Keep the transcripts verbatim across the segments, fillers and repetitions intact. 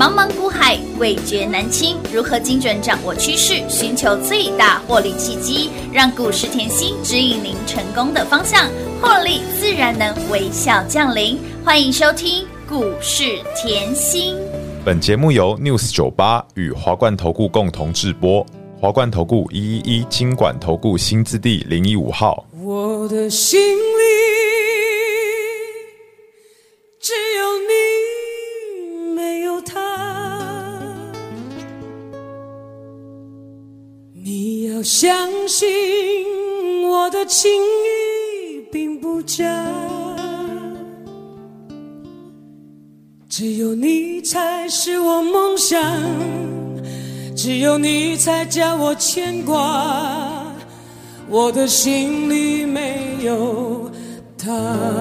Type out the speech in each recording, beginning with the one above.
茫茫股海，味觉难清。如何精准掌握趋势，寻求最大获利契机，让股市甜心指引您成功的方向，获利自然能微笑降临。欢迎收听股市甜心。 本节目由 News 九十八与华冠投顾共同制播。华冠投顾一一一金管投顾新字第零一五号。 我的心里只有你，没有他。你要相信我的情意并不假，只有你才是我梦想，只有你才叫我牵挂，我的心里没有他。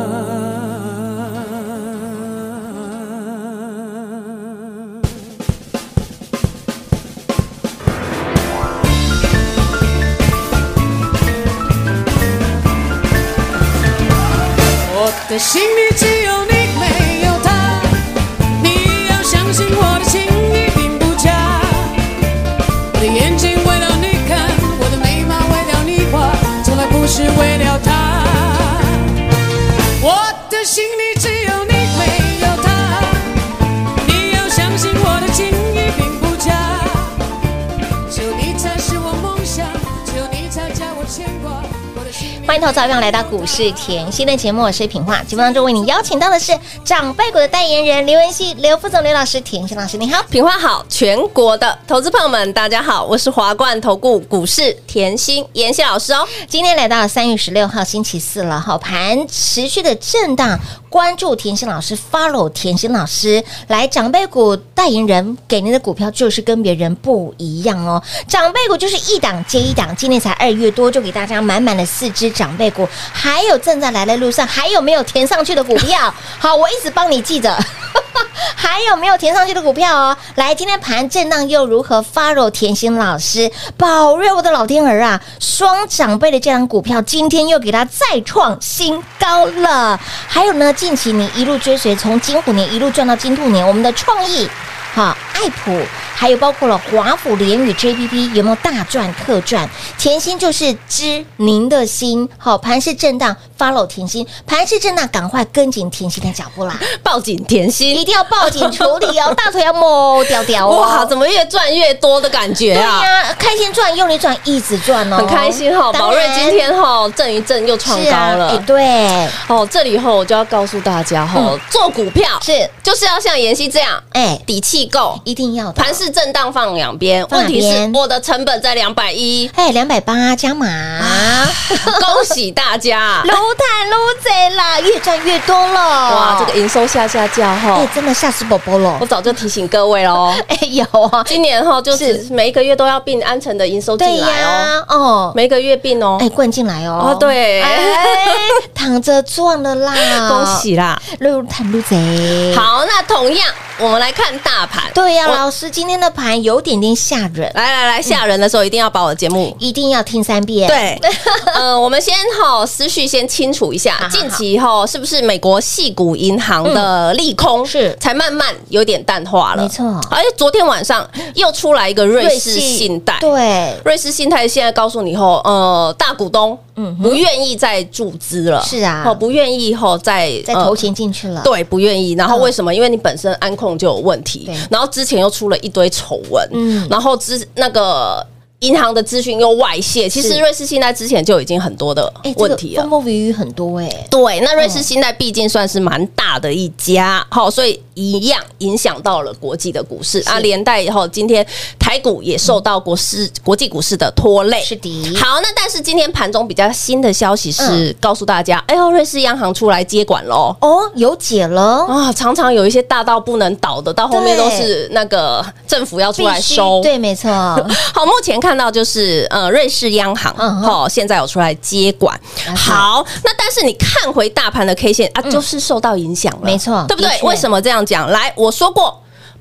我的心里只有你，没有他。你要相信我的情意并不假，我的眼睛为了你看，我的眉毛为了你画，从来不是为了他。我的心里只有你，没有他。你要相信我的情意并不假，只有你才是我梦想，只有你才叫我牵挂。 欢迎投资者朋友来到股市甜心的节目，我是品化。节目当中为你邀请到的是长辈股的代言人刘文熙、刘副总、刘老师。甜心老师你好。 品化好，全国的投资朋友们大家好，我是华冠投顾股市甜心妍希老师哦。 今天来到了三月十六号星期四了，好，盘持续的震荡，关注甜心老师 follow 甜心老师，来长辈股代言人给您的股票就是跟别人不一样哦。长辈股就是一档接一档，今天才二月多就给大家满满的四只长辈股，还有正在来的路上，还有没有填上去的股票？好，我一直帮你记着。还有没有填上去的股票哦？来，今天盘震荡又如何 ？follow 甜心老师，宝瑞我的老天儿啊，双长辈的这张股票今天又给它再创新高了。还有呢，近期你一路追随，从金虎年一路赚到金兔年，我们的创意。好，爱普还有包括了华府、联宇、J P P 有没有大赚特赚？甜心就是知您的心。好，盘势震荡 ，follow 甜心，盘势震荡，赶快跟紧甜心的脚步啦！ 抱紧甜心， 一定要抱紧处理哦，大腿要摸掉掉哦！ 哇，怎么越赚越多的感觉啊？ 对呀、啊，开心赚，用力赚，一直赚哦， 很开心哈、哦。宝瑞今天哈、哦、震一震又创高了，哎、 啊，对， 哦，这里后我就要告诉大家哈、哦嗯，做股票是就是要像妍希这样， 哎， 底气够， 一定要的。 盘势震荡放两边，问题是我的成本在两百一， 哎，两百八加码， 恭喜大家， 撸碳撸贼啦，越赚越多了。 哇，这个营收下下叫哈， 哎，真的吓死宝宝了。 我早就提醒各位喽， 哎，有啊， 今年哈就是每一个月都要并安诚的营收进来哦， 哦， 每一个月并哦， 哎，灌进来哦， 哦对， 哎，躺着赚了啦， 恭喜啦， 撸碳撸贼。 好，那同样我们来看大盘， 对呀、啊，老师今天的盘有点点吓人， 来来来，吓人的时候一定要把我的节目、 嗯、一定要听三遍。 对，呃，我们先哈思绪先清楚一下，好好好近期哈是不是美国矽谷银行的利空、嗯、 是才慢慢有点淡化了？ 没错， 而且昨天晚上又出来一个瑞士信贷， 对， 瑞士信贷现在告诉你后，呃，大股东嗯不愿意再注资了， 是啊， 哦，不愿意后再再投钱进去了， 对，不愿意。然后为什么？因为你本身安控就有问题，然后之前又出了一堆丑闻，嗯，然后之那个银行的资讯又外泄，其实瑞士信贷之前就已经很多的问题了， 风风雨雨很多哎、欸。 对，那瑞士信贷毕竟算是蛮大的一家，好、嗯，所以一样影响到了国际的股市啊，连带以后今天台股也受到国市、嗯、国际股市的拖累。 是的。 好，那但是今天盘中比较新的消息是告诉大家，嗯、哎呦，瑞士央行出来接管喽， 哦，有解了啊，常常有一些大到不能倒的，到后面都是那个政府要出来收。 对，没错。 好，目前看到就是呃，瑞士央行好、嗯，现在有出来接管。好，那但是你看回大盘的 K 线啊，就是受到影响了， 没错， 对不对？为什么这样讲？来，我说过。不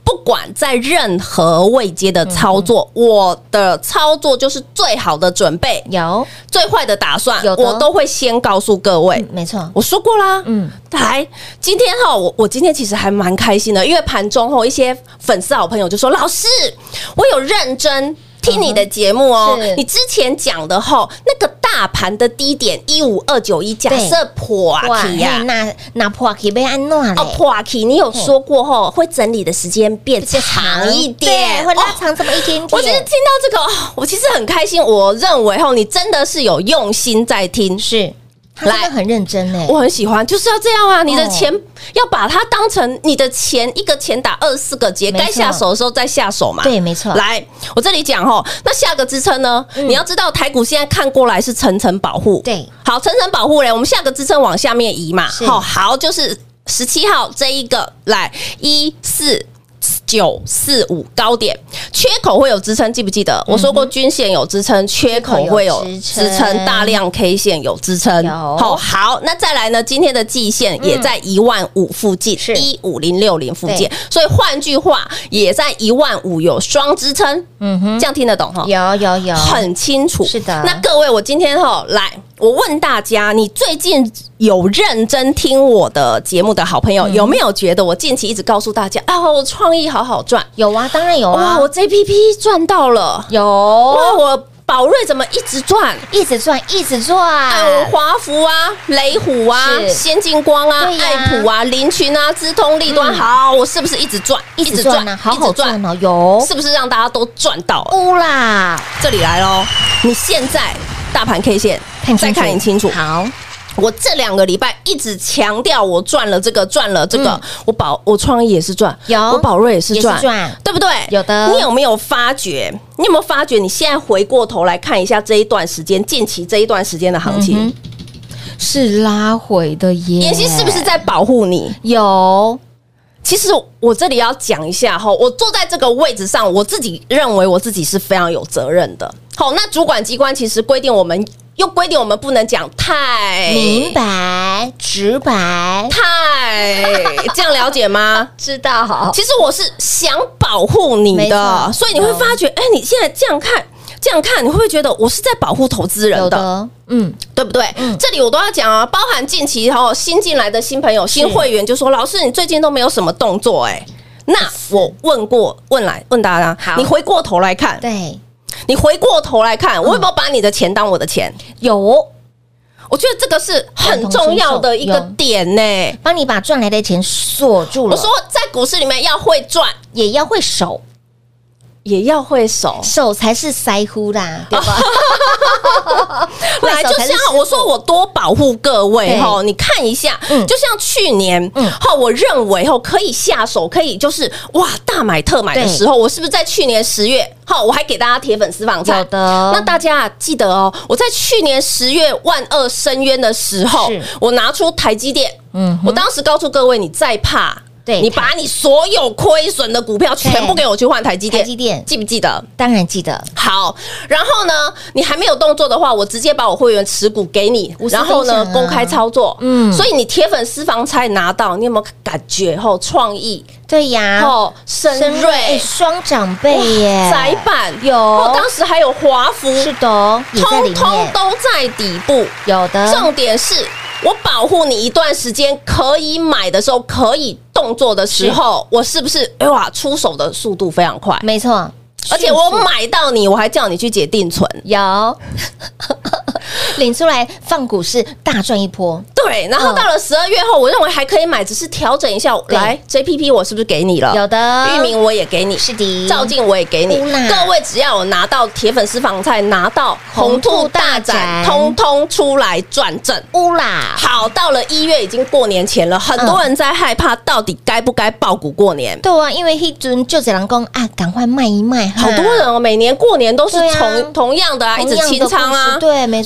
不管在任何位阶的操作，嗯、我的操作就是最好的准备， 有最坏的打算， 有我都会先告诉各位。 嗯、没错， 我说过啦。嗯，来，今天哈，我我今天其实还蛮开心的，因为盘中后一些粉丝好朋友就说：“老师，我有认真。”听你的节目哦，嗯、你之前讲的吼，那个大盘的低点一五二九一，假设破起呀， 那那破起被安诺哦，破起你有说过吼，会整理的时间变长一点， 会拉长这么一点点。 我其实听到这个，我其实很开心。我认为吼，你真的是有用心在听， 是。他真的很认真哎， 我很喜欢，就是要这样啊！你的钱要把它当成你的钱，一个钱打二十四个结，该下手的时候再下手嘛。 对，没错。 来，我这里讲吼，那下个支撑呢？嗯、你要知道台股现在看过来是层层保护， 对， 好，层层保护嘞，我们下个支撑往下面移嘛。好，好，就是十七号这一个来一四。九四五高点缺口会有支撑，记不记得、嗯、我说过均线有支撑，缺口会有支撑，大量 K 线有支撑。好，好，那再来呢？今天的季线也在一万五附近，一五零六零附近，所以换句话也在一万五有双支撑。嗯哼，这样听得懂哈？ 有有有， 很清楚。 是的。 那各位，我今天哈来。我问大家，你最近有认真听我的节目的好朋友，嗯、有没有觉得我近期一直告诉大家啊，我创意好好赚？ 有啊，当然有啊， 哇，我 J P P 赚到了， 有哇，我宝瑞怎么一直赚， 一直赚，一直赚？ 哎，我华孚啊，雷虎啊，先进光啊，爱普啊，林群啊，资通立端，嗯、好，我是不是一直赚， 一直赚啊，好好赚哦，有， 是不是让大家都赚到了？ 乌啦， 这里来咯，你现在大盘 K 线。再看你清楚。 好， 我这两个礼拜一直强调我赚了这个，赚了这个，嗯、我宝我创意也是赚， 有我宝瑞也是赚，对不对？ 有的。 你有没有发觉？你有没有发觉？你现在回过头来看一下这一段时间，近期这一段时间的行情、嗯、 是拉回的耶。 妍希是不是在保护你？ 有。 其实我这里要讲一下哈，我坐在这个位置上，我自己认为我自己是非常有责任的。好，那主管机关其实规定我们。又规定我们不能讲太明白、直白， 太这样了解吗？ 知道。 其实我是想保护你的，所以你会发觉，哎，你现在这样看，这样看，你会不会觉得我是在保护投资人的？ 的嗯， 对不对？嗯，这里我都要讲啊，包含近期哦新进来的新朋友、新会员就说，老师，你最近都没有什么动作，哎，那我问过，问来问大家，你回过头来看， 对。 你回过头来看，我有没有把你的钱当我的钱？ 有， 我觉得这个是很重要的一个点呢， 帮你把赚来的钱锁住了。 我说在股市里面要会赚， 也要会守， 也要会守， 守才是腮乎啦，对吧？ 来，就像我说，我多保护各位哈，你看一下，嗯、就像去年，哈、嗯，我认为哈可以下手，可以就是哇大买特买的时候，我是不是在去年十月，哈，我还给大家铁粉私房菜？ 有的。 那大家记得哦，我在去年十月万二深渊的时候，我拿出台积电，嗯，我当时告诉各位，你再怕。你把你所有亏损的股票全部给我去换台积电， 台积电记不记得？ 当然记得。 好，然后呢，你还没有动作的话，我直接把我会员持股给你，然后呢，公开操作。嗯，所以你铁粉私房菜拿到，你有没有感觉？后创意对呀， 后深瑞双长辈耶， 窄板有， 当时还有华孚， 是的， 通通都在底部。 有的， 重点是。我保护你一段时间，可以买的时候，可以动作的时候，我是不是哎哇出手的速度非常快？ 没错， 而且我买到你，我还叫你去解定存， 有领出来放股市大赚一波。 对，然后到了十二月后，我认为还可以买，只是调整一下。来 J P P 我是不是给你了？ 有的， 裕民我也给你， 是的， 兆进我也给你。各位只要有拿到铁粉私房菜，拿到红兔大展，通通出来转正。 乌啦， 好，到了一月已经过年前了，很多人在害怕到底该不该抱股过年。 对啊，因为一尊就这人讲啊，赶快卖一卖。 好多人哦，每年过年都是同同样的啊，一直清仓啊。 对，没错。 但是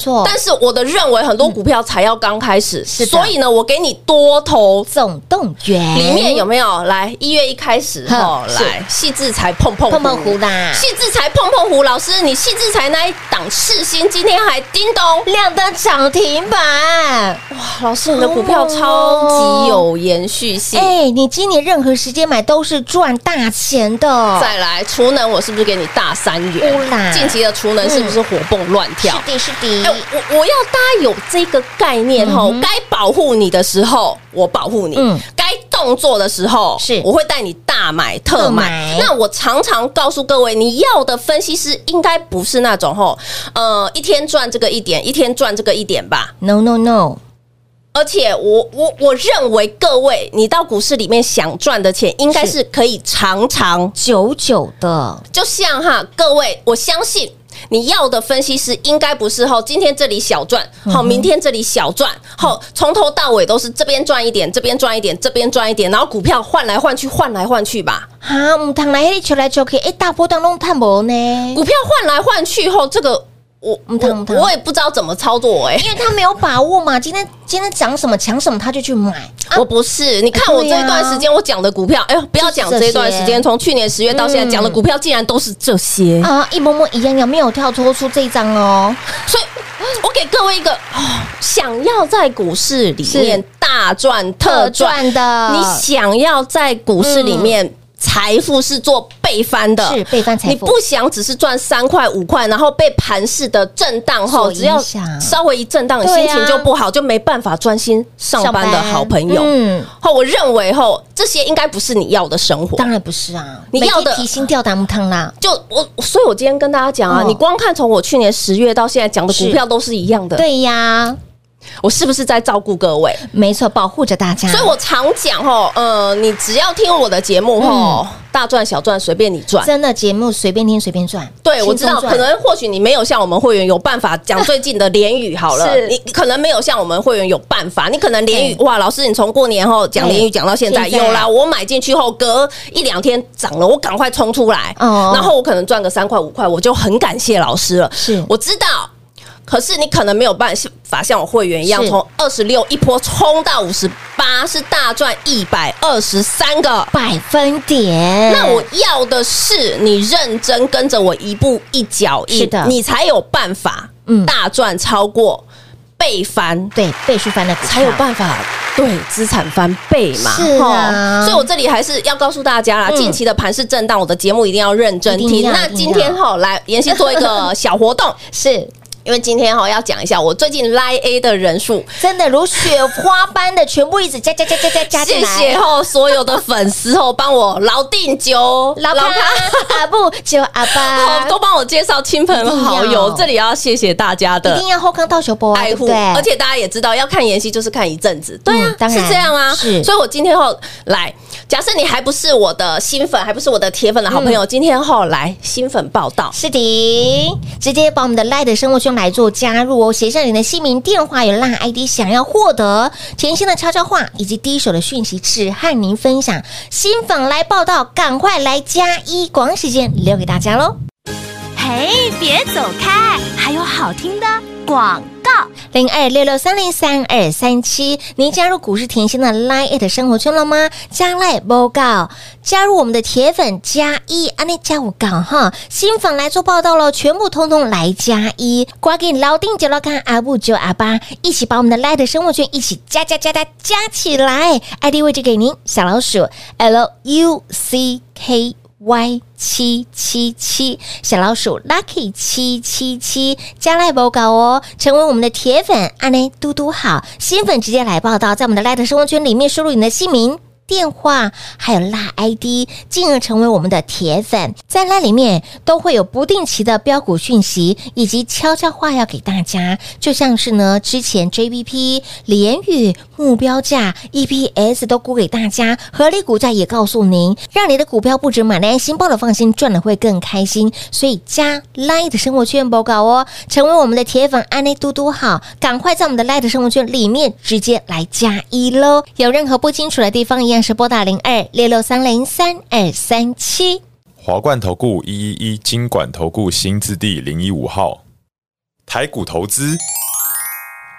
是我的认为很多股票才要刚开始， 是的所以呢，我给你多头总动员里面有没有来一月一开始哈，来细制裁碰碰碰碰胡啦， 细制裁碰碰胡老师，你细制裁那一档世新今天还叮咚亮灯涨停板， 哇，老师你的股票超级有延续性， 哎，你今年任何时间买都是赚大钱的。 再来储能，我是不是给你大三元？近期的储能是不是活蹦乱跳？ 是的，是的。 哎，我我要大家有这个概念哈，该保护你的时候我保护你，该动作的时候是我会带你大买特买。那我常常告诉各位，你要的分析师应该不是那种吼，呃，一天赚这个一点，一天赚这个一点吧 ？No No No。 而且我我我认为各位，你到股市里面想赚的钱，应该是可以长长久久的。 就像哈，各位，我相信你要的分析师应该不是后今天这里小赚，好，明天这里小赚，好，从头到尾都是这边赚一点，这边赚一点，这边赚一点，然后股票换来换去，换来换去吧。 哈，唔通来迄里求来求去，哎，大波当中探无呢？ 股票换来换去后，这个。我我我也不知道怎么操作哎、欸， 因为他没有把握嘛。今天今天涨什么强什么，他就去买。 啊、我不是，你看我这一段时间我讲的股票，哎呦，不要讲这一段时间，从去年十月到现在讲的股票，竟然都是这些、 嗯、啊，一模模一样样，没有跳脱出这一张哦。 所以，我给各位一个、哦、想要在股市里面大赚特赚的，你想要在股市里面。嗯财富是做倍翻的， 是倍翻财富。 你不想只是赚三块五块，然后被盘势的震荡后，只要稍微一震荡，你心情就不好，就没办法专心上班的好朋友。嗯，后我认为后这些应该不是你要的生活， 当然不是啊， 你要的提心吊胆木汤啦。 就我，所以我今天跟大家讲啊，你光看从我去年十月到现在讲的股票都是一样的， 对呀。 我是不是在照顾各位？ 没错，保护着大家。 所以我常讲吼，呃，你只要听我的节目吼，大赚小赚随便你赚。 真的节目随便听随便赚。 对，我知道，可能或许你没有像我们会员有办法讲最近的联语好了，你可能没有像我们会员有办法，你可能联语哇，老师你从过年后讲联语讲到现在，有啦，我买进去后隔一两天涨了，我赶快冲出来，然后我可能赚个三块五块，我就很感谢老师了。 是， 我知道。可是你可能没有办法像我会员一样，从二十六一波冲到五十八，是大赚一百二十三个百分点。 那我要的是你认真跟着我一步一脚印， 是的， 你才有办法大赚超过倍翻， 对倍数翻的才有办法对资产翻倍嘛。 是啊， 所以我这里还是要告诉大家啦，近期的盘势震荡，我的节目一定要认真听。那今天哈来妍希做一个小活动， 是。 因为今天哈要讲一下，我最近 Line A 的人数真的如雪花般的全部一直加加加加加加进来。 谢谢哈所有的粉丝哦，帮我老定九老卡阿布九阿爸， 都帮我介绍亲朋好友，这里要谢谢大家的， 一定要后康到手波爱护。而且大家也知道，要看妍希就是看一阵子，对啊， 当然是这样啊。 是， 所以我今天后来，假设你还不是我的新粉，还不是我的铁粉的好朋友，今天后来新粉报道， 是的，直接把我们的 Line 的生活圈来做加入。写上你的姓名、电话、有 LINE I D， 想要获得甜心的悄悄话以及第一手的讯息，只和您分享。新粉来报道，赶快来加一，广告时间留给大家喽！ 嘿，别走开，还有好听的广告。 零二六六三零三二三七，您加入股市甜心的 Line 的生活圈了吗？加赖报告，加入我们的铁粉加一，安内加五告哈，新粉来做报道了，全部通通来加一，挂给老丁九老看阿布九阿八，一起把我们的 Line 的生活圈一起加加加加加起来 ，I D 位置给您，小老鼠 L U C K Y 七七七，小老鼠 Lucky 七七七，加来报告哦，成为我们的铁粉，安内嘟嘟好，新粉直接来报道，在我们的 Line 生活圈里面输入你的姓名、电话还有 LINE I D， 进而成为我们的铁粉。在 LINE 里面都会有不定期的标股讯息以及悄悄话要给大家，就像是呢之前 J B P、联宇、目标价、E P S 都估给大家，合理股价也告诉您，让你的股票不止买的安心，抱的放心，赚的会更开心。所以加 LINE 的生活圈报告哦，成为我们的铁粉，安内嘟嘟好，赶快在我们的 LINE 的生活圈里面直接来加一喽！有任何不清楚的地方，一样是拨打零二六六三零三二三七。 华冠投顾一一一金管投顾新字第零一五号，台股投资，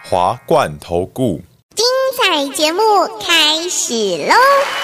华冠投顾。 彩节目开始喽！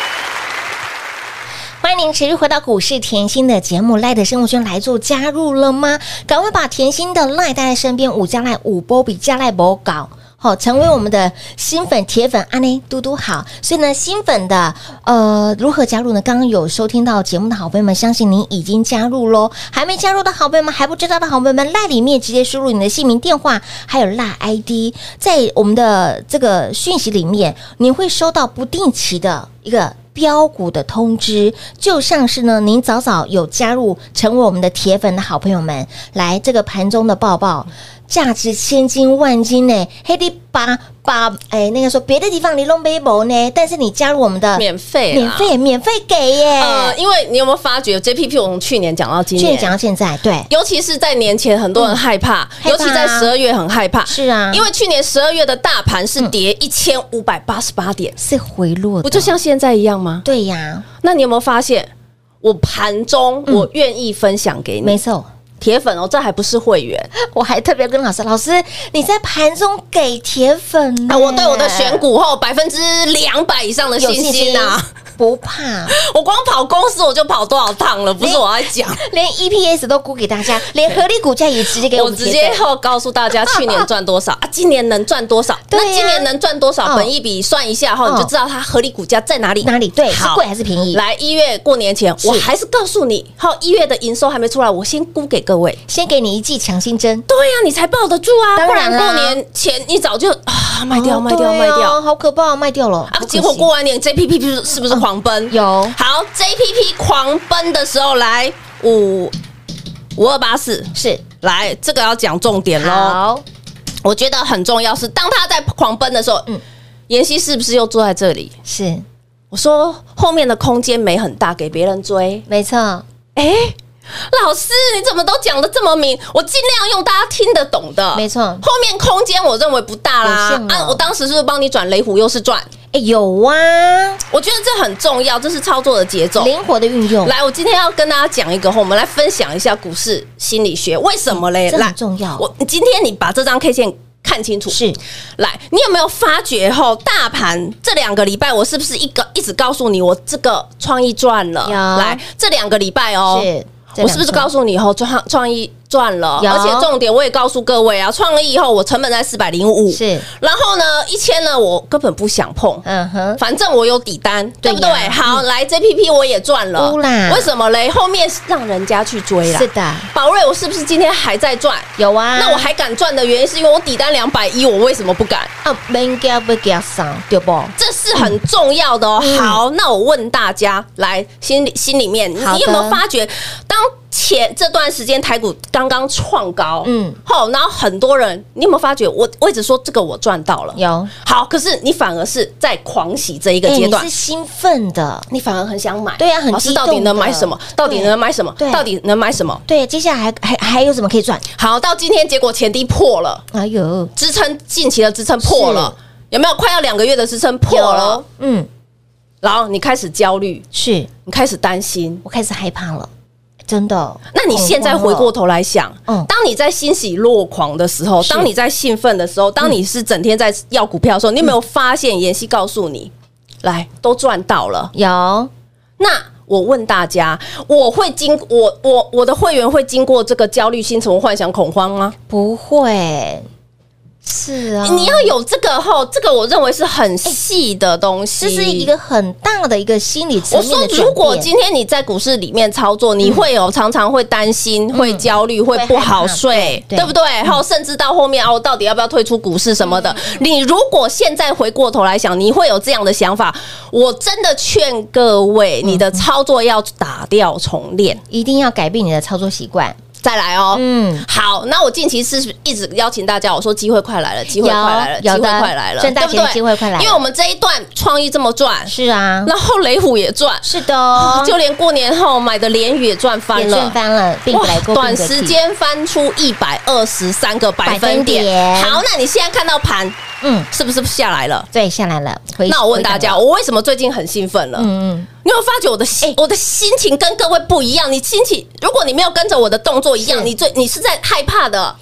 欢迎您持续回到股市甜心的节目，赖的生活圈来做加入了吗？赶快把甜心的赖带在身边，五加赖五波比加赖波搞。好，成为我们的新粉铁粉，安内嘟嘟好。所以呢，新粉的呃如何加入呢？刚刚有收听到节目的好朋友们，相信您已经加入喽。还没加入的好朋友们，还不知道的好朋友们，赖里面直接输入你的姓名、电话，还有赖 I D， 在我们的这个讯息里面，你会收到不定期的一个标股的通知，就像是呢，您早早有加入成为我们的铁粉的好朋友们，来这个盘中的报报。价值千金万金呢，黑的把把哎那个说别的地方你弄背包呢，但是你加入我们的免费免费免费给耶。 呃，因为你有没有发觉 J P P 我从去年讲到今年， 去年讲到现在，对， 尤其是在年前很多人害怕， 害怕啊尤其在十二月很害怕， 是啊， 因为去年十二月的大盘是跌一千五百八十八点， 是回落的， 不就像现在一样吗？ 对呀， 那你有没有发现，我盘中我愿意分享给你， 没错。 铁粉哦，这还不是会员， 我还特别跟老师，老师你在盘中给铁粉呢、 啊，我对我的选股后百分之两百以上的信心呐、啊， 不怕。 我光跑公司我就跑多少趟了，不是我在讲， 连 E P S 都估给大家，连合理股价也直接给我我们直接后告诉大家去年赚多少啊，今年能赚多少？ 对啊那今年能赚多少？ 哦本益比算一下后， 哦你就知道它合理股价在哪里。 哪里对，是好贵还是便宜？ 来一月过年前，我还是告诉你，好一月的营收还没出来，我先估给各位， 先给你一剂强心针。 对呀、啊，你才抱得住啊，不然当然啦过年前你早就啊卖掉哦卖掉对啊卖掉， 好可怕，卖掉了啊！结果过完年 J P P 是是不是狂奔？ 有好 J P P 狂奔的时候来五五二八四是来这个要讲重点喽。 好， 我觉得很重要是当他在狂奔的时候，嗯，妍希是不是又坐在这里？ 是我说后面的空间没很大，给别人追。 没错， 哎，老师你怎么都讲得这么明？我尽量用大家听得懂的。 没错后面空间我认为不大啦有限。了啊，我当时是不是帮你转雷虎又是赚？ 哎有啊， 我觉得这很重要，这是操作的节奏。 灵活的运用， 来，我今天要跟大家讲一个，我们来分享一下股市心理学，为什么嘞？ 这来很重要我今天你把这张 K 线看清楚。 是来，你有没有发觉后，大盘这两个礼拜，我是不是一个一直告诉你，我这个创意赚了？ 有来，这两个礼拜哦， 是， 我是不是告诉你以后创创意赚了？ 有而且重点我也告诉各位啊，创意以后我成本在四百零五， 是， 然后呢，一千呢我根本不想碰， 嗯哼， 反正我有底单，对不对对呀？ 好，来 J P P 我也赚了乌啦， 为什么嘞？后面让人家去追啦。 是的， 宝瑞我是不是今天还在赚？ 有啊， 那我还敢赚的原因是因为我底单两百一，我为什么不敢？ 啊，没应该不给他上，对不？ 这是很重要的哦。 嗯好，那我问大家，来心里心里面，你好的有没有发觉，当前这段时间台股刚刚创高， 嗯， 好，然后很多人，你有没有发觉我我一直说这个我赚到了， 有好，可是你反而是在狂喜这一个哎阶段你是。兴奋的， 你反而很想买， 对啊很老师激动到底能买的什么？到底对能买什么对？ 到底能买什么？ 对，接下来还还还有什么可以赚？ 好，到今天结果前低破了， 哎呦， 支撑近期的支撑破了，有没有？快要两个月的支撑破了有，，嗯， 然后你开始焦虑， 是你开始担心。 我开始害怕了，真的。 那你现在回过头来想， 嗯当你在欣喜若狂的时候， 是当你在兴奋的时候，当你是整天在要股票的时候，你有没有发现妍希告诉你，来都赚到了？ 有那我问大家，我会经我我我的会员会经过这个焦虑、心存幻想、恐慌吗？ 不会？是啊， 你要有这个后，这个我认为是很细的东西， 这是一个很大的一个心理层我说面的转，变。 如果今天你在股市里面操作，你会有常常会担心、会焦虑、会不好睡， 对对对不对？还有甚至到后面啊，我到底要不要退出股市什么的？你如果现在回过头来想，你会有这样的想法，我真的劝各位，你的操作要打掉重练， 一定要改变你的操作习惯。 再来哦。 嗯， 好，那我近期是一直邀请大家，我说机会快来了，机会快来了，机会有的快来了， 赚大钱的对不对机会快来了因为我们这一段创意这么赚， 是啊， 然后雷虎也赚， 是的哦， 就连过年后买的联宇也赚翻也了， 赚翻了，并不来过， 短时间翻出一百二十三个百分点。 百分点好，那你现在看到盘嗯， 是不是下来了？ 对，下来了。回那我问大家， 回档了我为什么最近很兴奋了？ 嗯嗯， 你有没有发觉我的心，我的心情跟各位不一样？你心情，如果你没有跟着我的动作一样， 是你最你是在害怕的。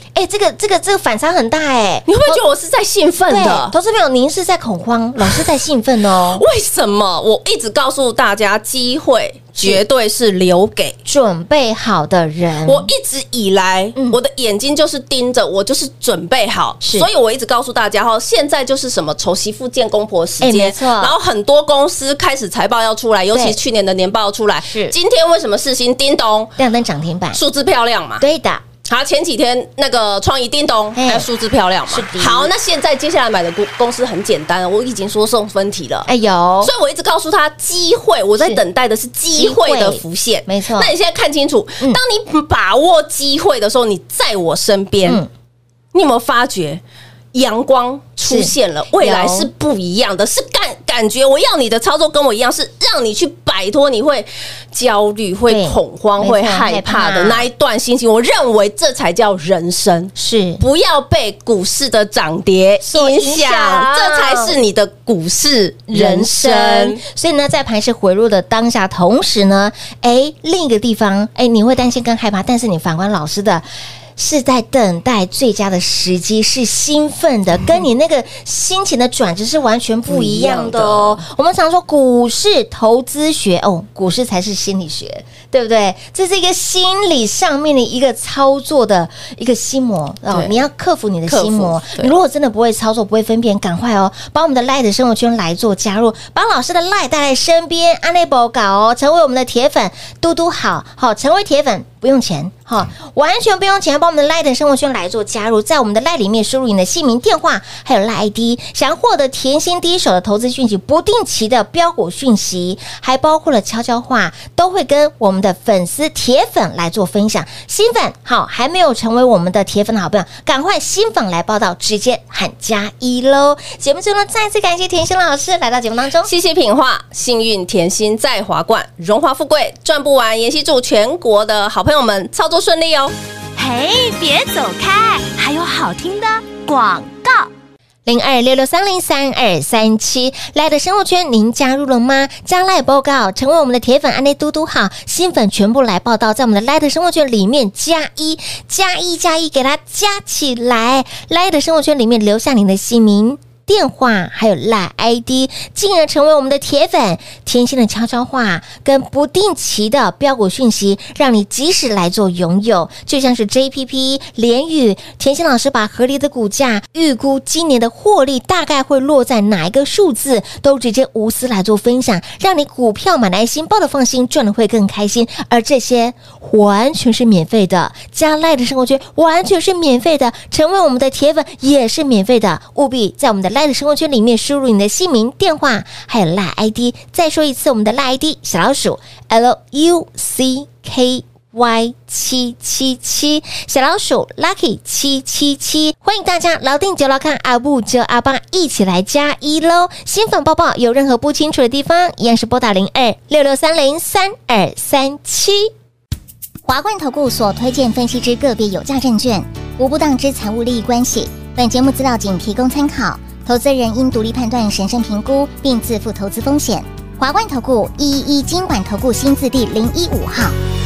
哎，这个这个这个反差很大哎， 你会不会觉得我是在兴奋的？ 投资朋友，您是在恐慌，老师在兴奋哦。 为什么？我一直告诉大家，机会绝对是留给准备好的人。 我一直以来，嗯、我的眼睛就是盯着，我就是准备好，所以我一直告诉大家哈，现在就是什么丑媳妇见公婆时间， 没错。 然后很多公司开始财报要出来，尤其去年的年报要出来。是，今天为什么世芯叮咚亮灯涨停板， 数字漂亮嘛？ 对的。 好，前几天那个创意叮咚，还有数字漂亮嘛？好，那现在接下来买的公公司很简单，我已经说送分题了。哎呦，所以我一直告诉他机会，我在等待的是机会的浮现。 没错， 那你现在看清楚，当你把握机会的时候，你在我身边，嗯、你有没有发觉？阳光出现了，未来是不一样的，是感感觉我要你的操作跟我一样，是让你去摆脱你会焦虑、会恐慌、会害怕的那一段心情。我认为这才叫人生，是不要被股市的涨跌影响，这才是你的股市人生。 所以呢，在盘势回落的当下，同时呢，哎，另一个地方，哎，你会担心跟害怕，但是你反观老师的。是在等待最佳的时机，是兴奋的，跟你那个心情的转折是完全不一样的哦。我们常说股市投资学哦，股市才是心理学，对不对？这是一个心理上面的一个操作的一个心魔哦，你要克服你的心魔。你如果真的不会操作，不会分辨，赶快哦，把我们的 LINE 的生活圈来做加入，把老师的 LINE 带来身边，安内博搞哦，成为我们的铁粉，嘟嘟好好成为铁粉。不用钱哈，完全不用钱，把我们的 LINE 的生活圈来做加入，在我们的 LINE 里面输入你的姓名、电话，还有 LINE I D， 想要获得甜心第一手的投资讯息、不定期的标股讯息，还包括了悄悄话，都会跟我们的粉丝铁粉来做分享。新粉好，还没有成为我们的铁粉的好朋友，赶快新粉来报道，直接喊加一喽！节目中呢，再次感谢甜心老师来到节目当中， 谢谢品画，幸运甜心在华冠，荣华富贵赚不完，妍希祝全国的好朋友朋友们操作顺利哦！ 嘿，别走开，还有好听的广告。 零二六六三零三二三七来的生活圈，您加入了吗？加赖报告，成为我们的铁粉，安内嘟嘟好，新粉全部来报道，在我们的赖的生活圈里面加一加一加一，给它加起来。赖的生活圈里面留下您的姓名。电话还有 LINE I D， 进而成为我们的铁粉，甜心的悄悄话跟不定期的标股讯息，让你及时来做拥有。就像是 J P P、联宇，甜心老师把合理的股价预估今年的获利大概会落在哪一个数字，都直接无私来做分享，让你股票买来心，抱的放心，赚的会更开心。而这些完全是免费的，加 LINE 的生活圈完全是免费的，成为我们的铁粉也是免费的，务必在我们的 LINE 的生活圈里面输入你的姓名、电话，还有 LINE I D。再说一次，我们的 LINE I D 小老鼠 L U C K Y 七七七，小老鼠 Lucky 七七七，欢迎大家老定九老看阿布九阿爸一起来加一喽！新粉抱抱，有任何不清楚的地方，一样是拨打零二六六三零三二三七。 华冠投顾所推荐分析之个别有价证券，无不当之财务利益关系。本节目资料仅提供参考，投资人应独立判断、审慎评估，并自负投资风险。华冠投顾一一一金管投顾新字第零一五号。